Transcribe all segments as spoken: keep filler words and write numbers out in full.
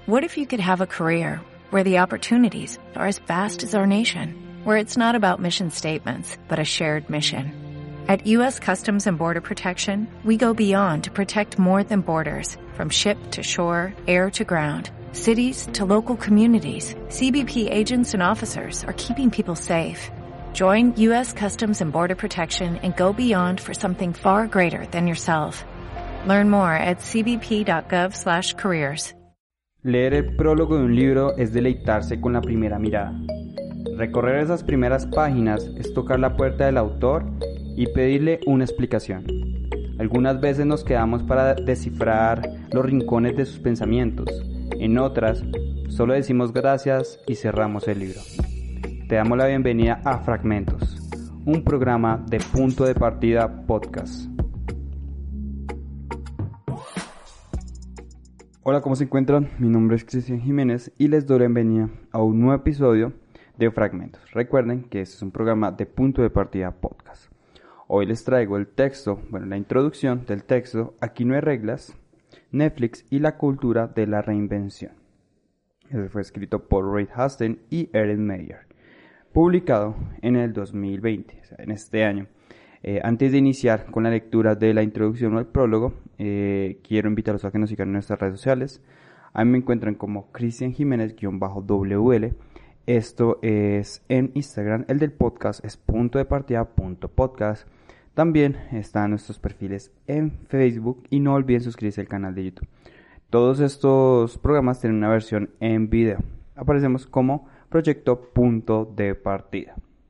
What if you could have a career where the opportunities are as vast as our nation, where it's not about mission statements, but a shared mission? At U S Customs and Border Protection, we go beyond to protect more than borders. From ship to shore, air to ground, cities to local communities, C B P agents and officers are keeping people safe. Join U S Customs and Border Protection and go beyond for something far greater than yourself. Learn more at c b p dot gov slash careers. Leer el prólogo de un libro es deleitarse con la primera mirada. Recorrer esas primeras páginas es tocar la puerta del autor y pedirle una explicación. Algunas veces nos quedamos para descifrar los rincones de sus pensamientos. En otras, solo decimos gracias y cerramos el libro. Te damos la bienvenida a Fragmentos, un programa de Punto de Partida Podcast. Hola, ¿cómo se encuentran? Mi nombre es Cristian Jiménez y les doy la bienvenida a un nuevo episodio de Fragmentos. Recuerden que este es un programa de Punto de Partida Podcast. Hoy les traigo el texto, bueno, la introducción del texto Aquí no hay reglas, Netflix y la cultura de la reinvención. Ese fue escrito por Reed Hastings y Erin Meyer, publicado en el dos mil veinte, o sea, en este año. Eh, antes de iniciar con la lectura de la introducción o el prólogo, eh, quiero invitarlos a que nos sigan en nuestras redes sociales. A mí me encuentran como Cristian Jiménez-W L. Esto es en Instagram. El del podcast es punto de partida punto podcast. También están nuestros perfiles en Facebook y no olviden suscribirse al canal de YouTube. Todos estos programas tienen una versión en video. Aparecemos como Proyecto Punto de Partida.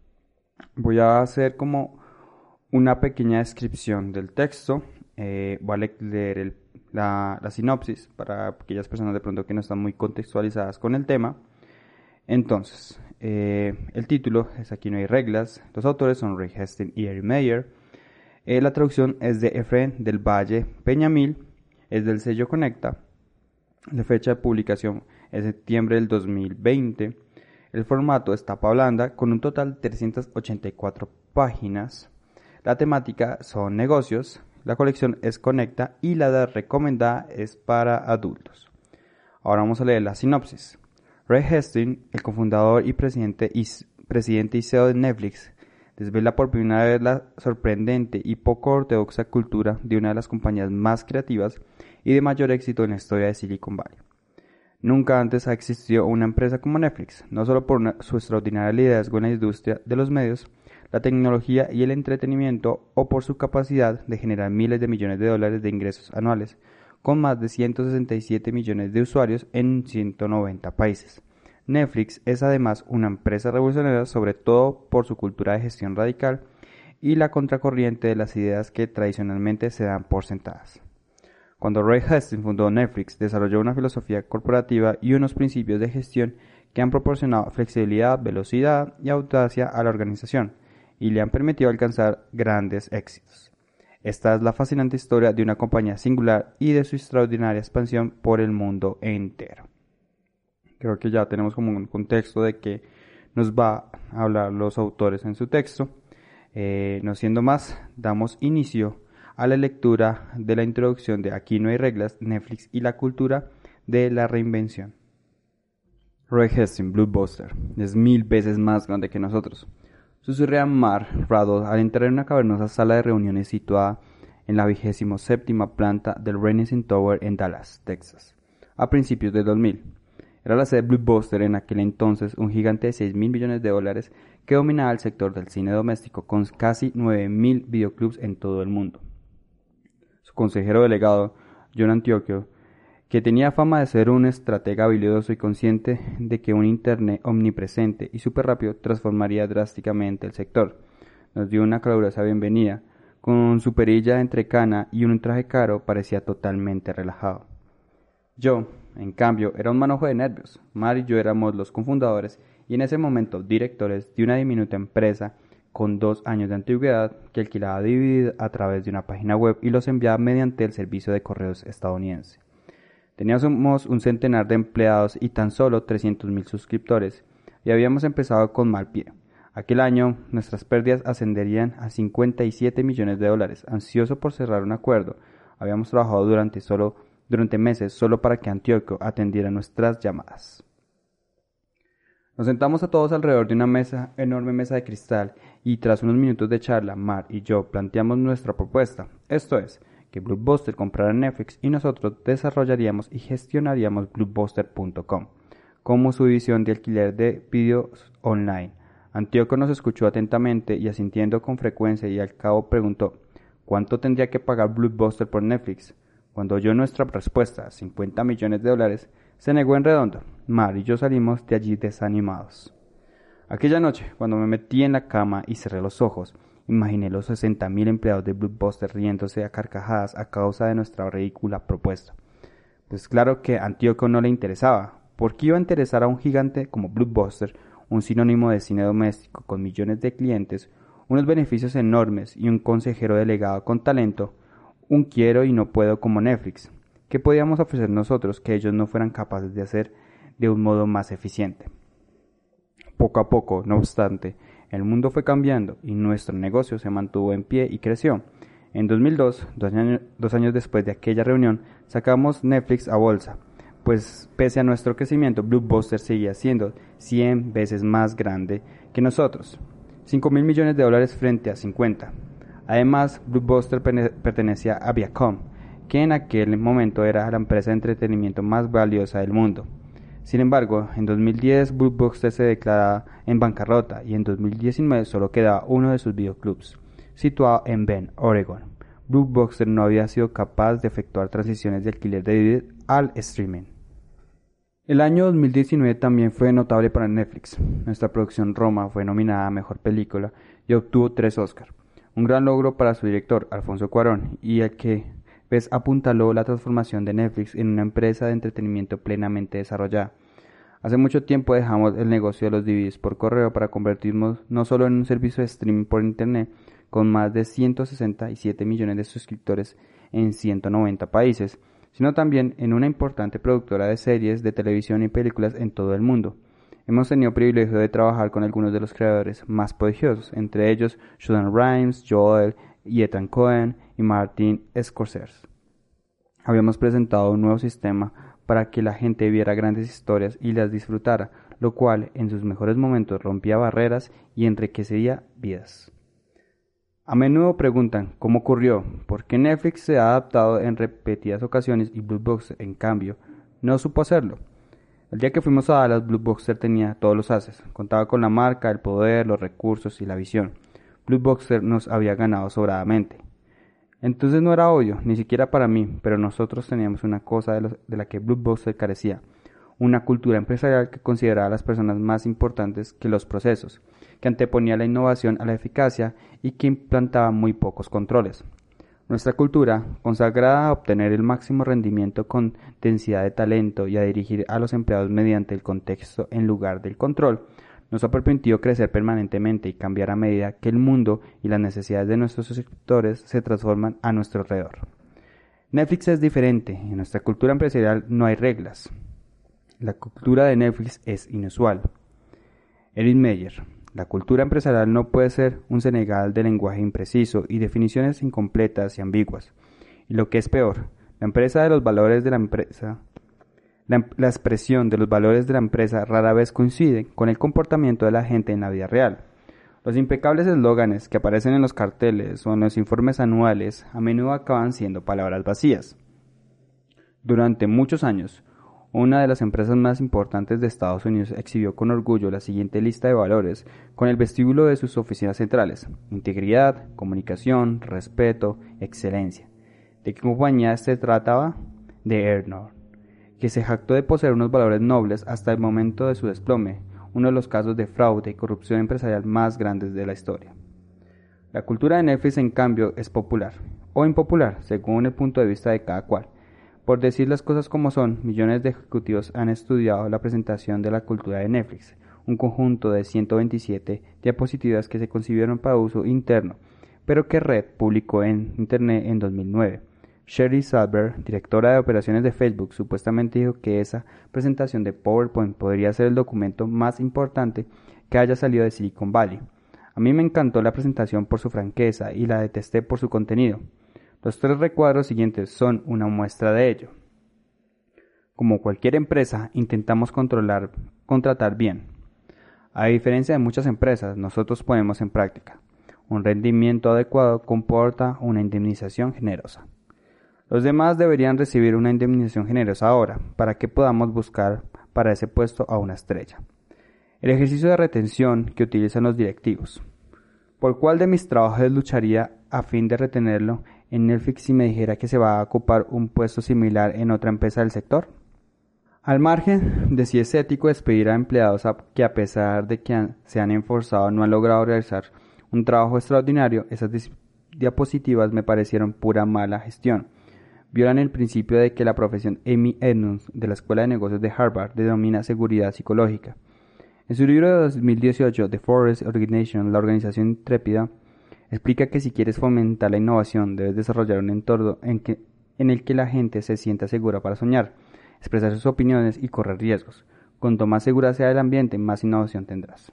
Voy a hacer como una pequeña descripción del texto. Eh, voy a leer el, la, la sinopsis para aquellas personas de pronto que no están muy contextualizadas con el tema. Entonces, eh, el título es Aquí no hay reglas. Los autores son Reed Hastings y Erin Meyer. Eh, la traducción es de Efraín del Valle Peñamil. Es del sello Conecta. La fecha de publicación es septiembre del dos mil veinte. El formato es tapa blanda con un total de trescientas ochenta y cuatro páginas. La temática son negocios, la colección es Conecta y la edad recomendada es para adultos. Ahora vamos a leer la sinopsis. Reed Hastings, el cofundador y presidente y, presidente y C E O de Netflix, desvela por primera vez la sorprendente y poco ortodoxa cultura de una de las compañías más creativas y de mayor éxito en la historia de Silicon Valley. Nunca antes ha existido una empresa como Netflix, no solo por una, su extraordinario liderazgo en la industria de los medios, la tecnología y el entretenimiento, o por su capacidad de generar miles de millones de dólares de ingresos anuales, con más de ciento sesenta y siete millones de usuarios en ciento noventa países. Netflix es además una empresa revolucionaria, sobre todo por su cultura de gestión radical y la contracorriente de las ideas que tradicionalmente se dan por sentadas. Cuando Reed Hastings fundó Netflix, desarrolló una filosofía corporativa y unos principios de gestión que han proporcionado flexibilidad, velocidad y audacia a la organización y le han permitido alcanzar grandes éxitos. Esta es la fascinante historia de una compañía singular y de su extraordinaria expansión por el mundo entero. Creo que ya tenemos como un contexto de que nos va a hablar los autores en su texto. Eh, no siendo más, damos inicio a la lectura de la introducción de Aquí no hay reglas, Netflix y la cultura de la reinvención. Reed Hastings, Blockbuster, es mil veces más grande que nosotros. Susurra Mar Rado al entrar en una cavernosa sala de reuniones situada en la vigésimo séptima planta del Renaissance Tower en Dallas, Texas, a principios del dos mil. Era la sede de Blockbuster, en aquel entonces un gigante de seis mil millones de dólares que dominaba el sector del cine doméstico con casi nueve mil videoclubs en todo el mundo. Su consejero delegado, John Antioquio, que tenía fama de ser un estratega habilidoso y consciente de que un internet omnipresente y súper rápido transformaría drásticamente el sector, nos dio una calurosa bienvenida. Con su perilla entrecana y un traje caro parecía totalmente relajado. Yo, en cambio, era un manojo de nervios. Mar y yo éramos los cofundadores y en ese momento directores de una diminuta empresa con dos años de antigüedad que alquilaba D V Ds a través de una página web y los enviaba mediante el servicio de correos estadounidense. Teníamos un centenar de empleados y tan solo trescientos mil suscriptores, y habíamos empezado con mal pie. Aquel año nuestras pérdidas ascenderían a cincuenta y siete millones de dólares. Ansioso por cerrar un acuerdo, habíamos trabajado durante solo durante meses solo para que Antíoco atendiera nuestras llamadas. Nos sentamos a todos alrededor de una mesa, enorme mesa de cristal, y tras unos minutos de charla, Mar y yo planteamos nuestra propuesta, esto es, que Blockbuster comprara Netflix y nosotros desarrollaríamos y gestionaríamos Blockbuster punto com como su división de alquiler de vídeos online. Antíoco nos escuchó atentamente y asintiendo con frecuencia y al cabo preguntó, ¿cuánto tendría que pagar Blockbuster por Netflix? Cuando oyó nuestra respuesta, cincuenta millones de dólares, se negó en redondo. Mar y yo salimos de allí desanimados. Aquella noche, cuando me metí en la cama y cerré los ojos, imaginé los sesenta mil empleados de Blockbuster riéndose a carcajadas a causa de nuestra ridícula propuesta. Pues claro que a Antíoco no le interesaba. ¿Por qué iba a interesar a un gigante como Blockbuster, un sinónimo de cine doméstico con millones de clientes, unos beneficios enormes y un consejero delegado con talento, un quiero y no puedo como Netflix? ¿Qué podíamos ofrecer nosotros que ellos no fueran capaces de hacer de un modo más eficiente? Poco a poco, no obstante, el mundo fue cambiando y nuestro negocio se mantuvo en pie y creció. En dos mil dos, dos años, dos años después de aquella reunión, sacamos Netflix a bolsa, pues pese a nuestro crecimiento, Blockbuster seguía siendo cien veces más grande que nosotros, cinco mil millones de dólares frente a cincuenta. Además, Blockbuster pertenecía a Viacom, que en aquel momento era la empresa de entretenimiento más valiosa del mundo. Sin embargo, en dos mil diez Blockbuster se declaraba en bancarrota y en dos mil diecinueve solo quedaba uno de sus videoclubs, situado en Bend, Oregon. Blockbuster no había sido capaz de efectuar transiciones de alquiler de D V D al streaming. El año dos mil diecinueve también fue notable para Netflix. Nuestra producción Roma fue nominada a Mejor Película y obtuvo tres Oscars. Un gran logro para su director, Alfonso Cuarón, y el que pues apuntaló la transformación de Netflix en una empresa de entretenimiento plenamente desarrollada. Hace mucho tiempo dejamos el negocio de los D V Ds por correo para convertirnos no solo en un servicio de streaming por internet con más de ciento sesenta y siete millones de suscriptores en ciento noventa países, sino también en una importante productora de series de televisión y películas en todo el mundo. Hemos tenido el privilegio de trabajar con algunos de los creadores más prodigiosos, entre ellos Shonda Rhimes, Joel y Ethan Cohen y Martin Scorsese. Habíamos presentado un nuevo sistema para que la gente viera grandes historias y las disfrutara, lo cual en sus mejores momentos rompía barreras y enriquecía vidas. A menudo preguntan cómo ocurrió, por qué Netflix se ha adaptado en repetidas ocasiones y Blockbuster, en cambio, no supo hacerlo. El día que fuimos a Dallas, Blockbuster tenía todos los ases, contaba con la marca, el poder, los recursos y la visión. Blockbuster nos había ganado sobradamente. Entonces no era obvio, ni siquiera para mí, pero nosotros teníamos una cosa de, los, de la que Blockbuster carecía, una cultura empresarial que consideraba a las personas más importantes que los procesos, que anteponía la innovación a la eficacia y que implantaba muy pocos controles. Nuestra cultura, consagrada a obtener el máximo rendimiento con densidad de talento y a dirigir a los empleados mediante el contexto en lugar del control, nos ha permitido crecer permanentemente y cambiar a medida que el mundo y las necesidades de nuestros suscriptores se transforman a nuestro alrededor. Netflix es diferente, en nuestra cultura empresarial no hay reglas. La cultura de Netflix es inusual. Eric Meyer: la cultura empresarial no puede ser un senegal de lenguaje impreciso y definiciones incompletas y ambiguas. Y lo que es peor, la empresa de los valores de la empresa La, la expresión de los valores de la empresa rara vez coincide con el comportamiento de la gente en la vida real. Los impecables eslóganes que aparecen en los carteles o en los informes anuales a menudo acaban siendo palabras vacías. Durante muchos años, una de las empresas más importantes de Estados Unidos exhibió con orgullo la siguiente lista de valores con el vestíbulo de sus oficinas centrales: integridad, comunicación, respeto, excelencia. ¿De qué compañía se trataba? De Earnor, que se jactó de poseer unos valores nobles hasta el momento de su desplome, uno de los casos de fraude y corrupción empresarial más grandes de la historia. La cultura de Netflix, en cambio, es popular, o impopular, según el punto de vista de cada cual. Por decir las cosas como son, millones de ejecutivos han estudiado la presentación de la cultura de Netflix, un conjunto de ciento veintisiete diapositivas que se concibieron para uso interno, pero que Red publicó en Internet en dos mil nueve. Sheryl Sandberg, directora de operaciones de Facebook, supuestamente dijo que esa presentación de PowerPoint podría ser el documento más importante que haya salido de Silicon Valley. A mí me encantó la presentación por su franqueza y la detesté por su contenido. Los tres recuadros siguientes son una muestra de ello. Como cualquier empresa, intentamos controlar, contratar bien. A diferencia de muchas empresas, nosotros ponemos en práctica. Un rendimiento adecuado comporta una indemnización generosa. Los demás deberían recibir una indemnización generosa ahora, para que podamos buscar para ese puesto a una estrella. El ejercicio de retención que utilizan los directivos. ¿Por cuál de mis trabajos lucharía a fin de retenerlo en Netflix si me dijera que se va a ocupar un puesto similar en otra empresa del sector? Al margen de si es ético despedir a empleados que a pesar de que han, se han esforzado no han logrado realizar un trabajo extraordinario, esas diapositivas me parecieron pura mala gestión. Violan el principio de que la profesión Amy Edmonds de la Escuela de Negocios de Harvard denomina seguridad psicológica. En su libro de dos mil dieciocho, The Forest Organization, la organización intrépida, explica que si quieres fomentar la innovación debes desarrollar un entorno en, que, en el que la gente se sienta segura para soñar, expresar sus opiniones y correr riesgos. Cuanto más segura sea el ambiente, más innovación tendrás.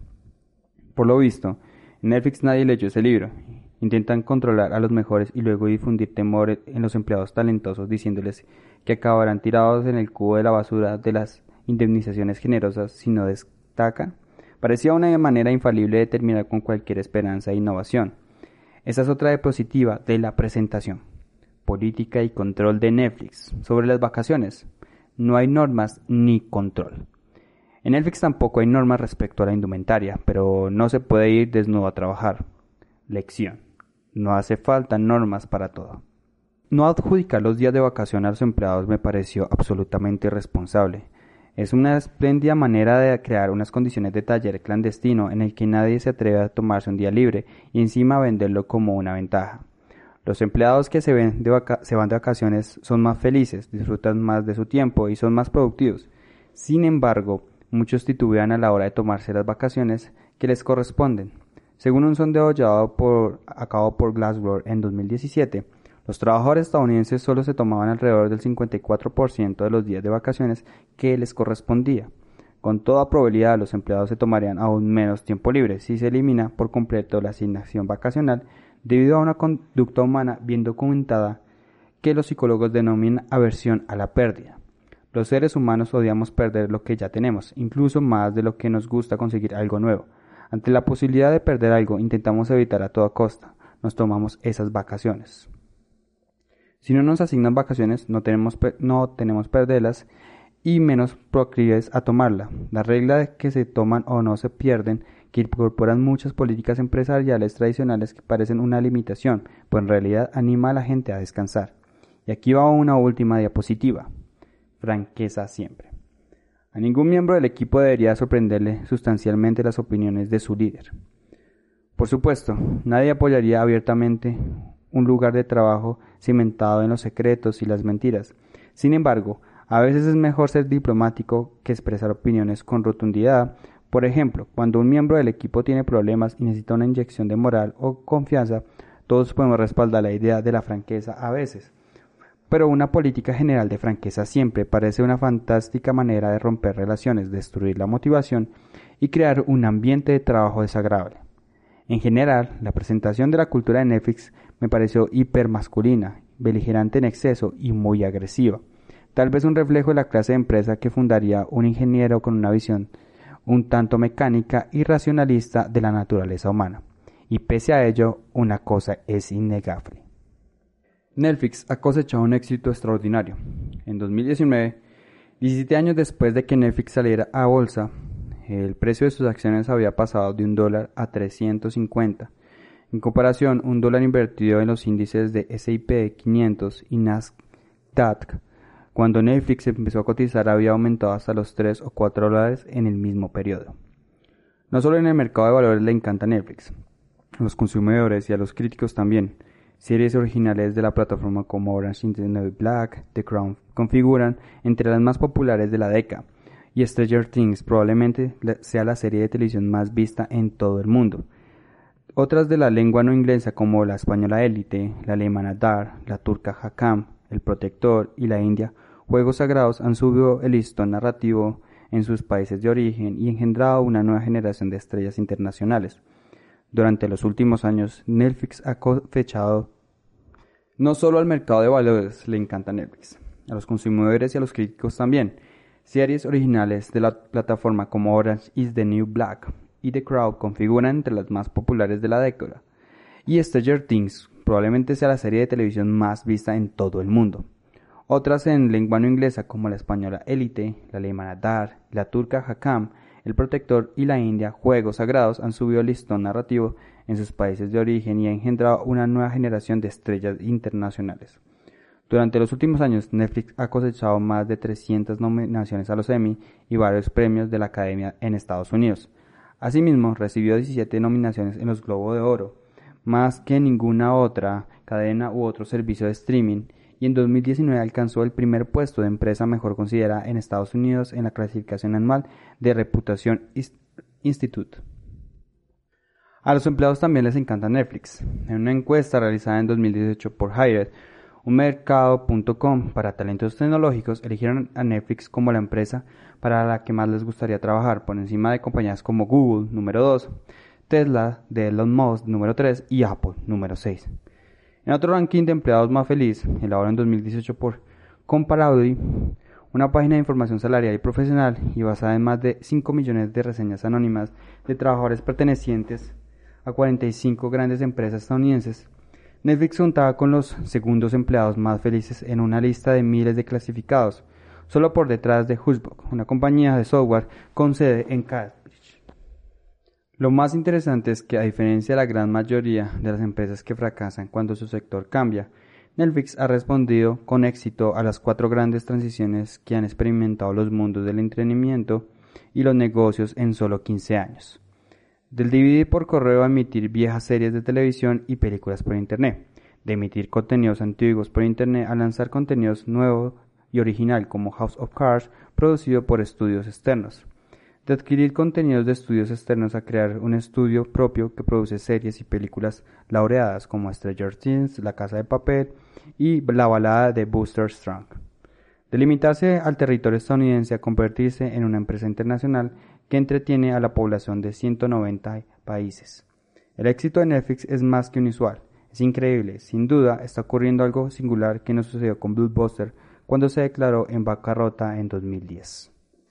Por lo visto, en Netflix nadie leyó ese libro. Intentan controlar a los mejores y luego difundir temor en los empleados talentosos diciéndoles que acabarán tirados en el cubo de la basura de las indemnizaciones generosas si no destacan. Parecía una manera infalible de terminar con cualquier esperanza de innovación. Esa es otra diapositiva de la presentación. Política y control de Netflix sobre las vacaciones. No hay normas ni control. En Netflix tampoco hay normas respecto a la indumentaria, pero no se puede ir desnudo a trabajar. Lección. No hace falta normas para todo. No adjudicar los días de vacación a los empleados me pareció absolutamente irresponsable. Es una espléndida manera de crear unas condiciones de taller clandestino en el que nadie se atreve a tomarse un día libre y encima venderlo como una ventaja. Los empleados que se, ven de vaca- se van de vacaciones son más felices, disfrutan más de su tiempo y son más productivos. Sin embargo, muchos titubean a la hora de tomarse las vacaciones que les corresponden. Según un sondeo llevado por, a cabo por Glassdoor en dos mil diecisiete, los trabajadores estadounidenses solo se tomaban alrededor del cincuenta y cuatro por ciento de los días de vacaciones que les correspondía. Con toda probabilidad, los empleados se tomarían aún menos tiempo libre si se elimina por completo la asignación vacacional debido a una conducta humana bien documentada que los psicólogos denominan aversión a la pérdida. Los seres humanos odiamos perder lo que ya tenemos, incluso más de lo que nos gusta conseguir algo nuevo. Ante la posibilidad de perder algo, intentamos evitar a toda costa. Nos tomamos esas vacaciones. Si no nos asignan vacaciones, no tenemos, no tenemos perderlas y menos proclives a tomarla. La regla de que se toman o no se pierden, que incorporan muchas políticas empresariales tradicionales que parecen una limitación, pues en realidad anima a la gente a descansar. Y aquí va una última diapositiva. Franqueza siempre. A ningún miembro del equipo debería sorprenderle sustancialmente las opiniones de su líder. Por supuesto, nadie apoyaría abiertamente un lugar de trabajo cimentado en los secretos y las mentiras. Sin embargo, a veces es mejor ser diplomático que expresar opiniones con rotundidad. Por ejemplo, cuando un miembro del equipo tiene problemas y necesita una inyección de moral o confianza, todos podemos respaldar la idea de la franqueza a veces. Pero una política general de franqueza siempre parece una fantástica manera de romper relaciones, destruir la motivación y crear un ambiente de trabajo desagradable. En general, la presentación de la cultura de Netflix me pareció hipermasculina, beligerante en exceso y muy agresiva. Tal vez un reflejo de la clase de empresa que fundaría un ingeniero con una visión un tanto mecánica y racionalista de la naturaleza humana. Y pese a ello, una cosa es innegable. Netflix ha cosechado un éxito extraordinario. En dos mil diecinueve, diecisiete años después de que Netflix saliera a bolsa, el precio de sus acciones había pasado de un dólar a trescientos cincuenta. En comparación, un dólar invertido en los índices de ese y pe quinientos y Nasdaq, cuando Netflix empezó a cotizar, había aumentado hasta los tres o cuatro dólares en el mismo periodo. No solo en el mercado de valores le encanta Netflix, a los consumidores y a los críticos también. Series originales de la plataforma como Orange is the New Black, The Crown configuran entre las más populares de la década, y Stranger Things probablemente sea la serie de televisión más vista en todo el mundo. Otras de la lengua no inglesa como la española Élite, la alemana Dark, la turca Hakam, El Protector y la india Juegos Sagrados han subido el listón narrativo en sus países de origen y engendrado una nueva generación de estrellas internacionales. Durante los últimos años, Netflix ha cosechado. No solo al mercado de valores le encanta Netflix. a los consumidores y a los críticos también. Series originales de la plataforma como Orange is the New Black y The Crown configuran entre las más populares de la década. Y Stranger Things probablemente sea la serie de televisión más vista en todo el mundo. Otras en lengua no inglesa como la española Élite, la alemana Dark, la turca Hakam, El Protector y la india Juegos Sagrados han subido el listón narrativo en sus países de origen y ha engendrado una nueva generación de estrellas internacionales. Durante los últimos años, Netflix ha cosechado más de trescientas nominaciones a los Emmy y varios premios de la Academia en Estados Unidos. Asimismo, recibió diecisiete nominaciones en los Globo de Oro, más que ninguna otra cadena u otro servicio de streaming, y en dos mil diecinueve alcanzó el primer puesto de empresa mejor considerada en Estados Unidos en la clasificación anual de Reputation Institute. A los empleados también les encanta Netflix. En una encuesta realizada en dos mil dieciocho por Hired, un mercado punto com para talentos tecnológicos, eligieron a Netflix como la empresa para la que más les gustaría trabajar, por encima de compañías como Google, número dos, Tesla, de Elon Musk, número tres, y Apple, número seis. En otro ranking de empleados más feliz, elaborado en dos mil dieciocho por Comparably, una página de información salarial y profesional y basada en más de cinco millones de reseñas anónimas de trabajadores pertenecientes a cuarenta y cinco grandes empresas estadounidenses, Netflix contaba con los segundos empleados más felices en una lista de miles de clasificados, solo por detrás de HubSpot, una compañía de software con sede en Cambridge. Lo más interesante es que, a diferencia de la gran mayoría de las empresas que fracasan cuando su sector cambia, Netflix ha respondido con éxito a las cuatro grandes transiciones que han experimentado los mundos del entretenimiento y los negocios en solo quince años. Del D V D por correo a emitir viejas series de televisión y películas por internet, de emitir contenidos antiguos por internet a lanzar contenidos nuevo y original como House of Cards producido por estudios externos, de adquirir contenidos de estudios externos a crear un estudio propio que produce series y películas laureadas como Stranger Things, La Casa de Papel y La Balada de Buster Strong. De limitarse al territorio estadounidense a convertirse en una empresa internacional que entretiene a la población de ciento noventa países. El éxito de Netflix es más que inusual, es increíble, sin duda está ocurriendo algo singular que no sucedió con Blockbuster cuando se declaró en bancarrota en dos mil diez.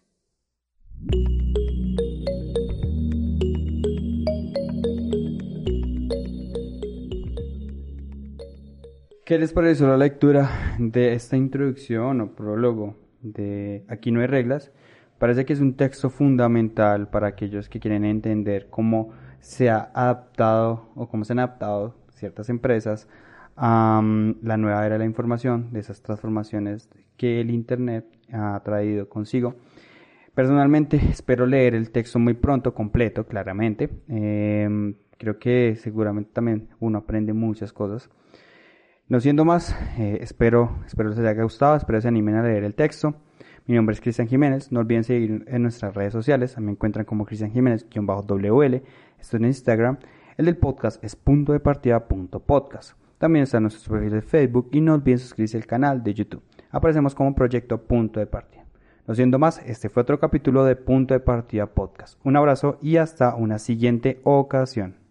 ¿Qué les pareció la lectura de esta introducción o prólogo de Aquí no hay reglas? Parece que es un texto fundamental para aquellos que quieren entender cómo se ha adaptado o cómo se han adaptado ciertas empresas a um, la nueva era de la información, de esas transformaciones que el Internet ha traído consigo. Personalmente espero leer el texto muy pronto, completo, claramente. Eh, creo que seguramente también uno aprende muchas cosas. No siendo más, eh, espero, espero les haya gustado, espero se animen a leer el texto. Mi nombre es Cristian Jiménez, no olviden seguir en nuestras redes sociales, me encuentran como Cristian Jiménez-W L, esto en Instagram. El del podcast es punto de partida punto podcast. También está en nuestro perfil de Facebook y no olviden suscribirse al canal de YouTube. Aparecemos como Proyecto Punto de Partida. No siendo más, este fue otro capítulo de Punto de Partida Podcast. Un abrazo y hasta una siguiente ocasión.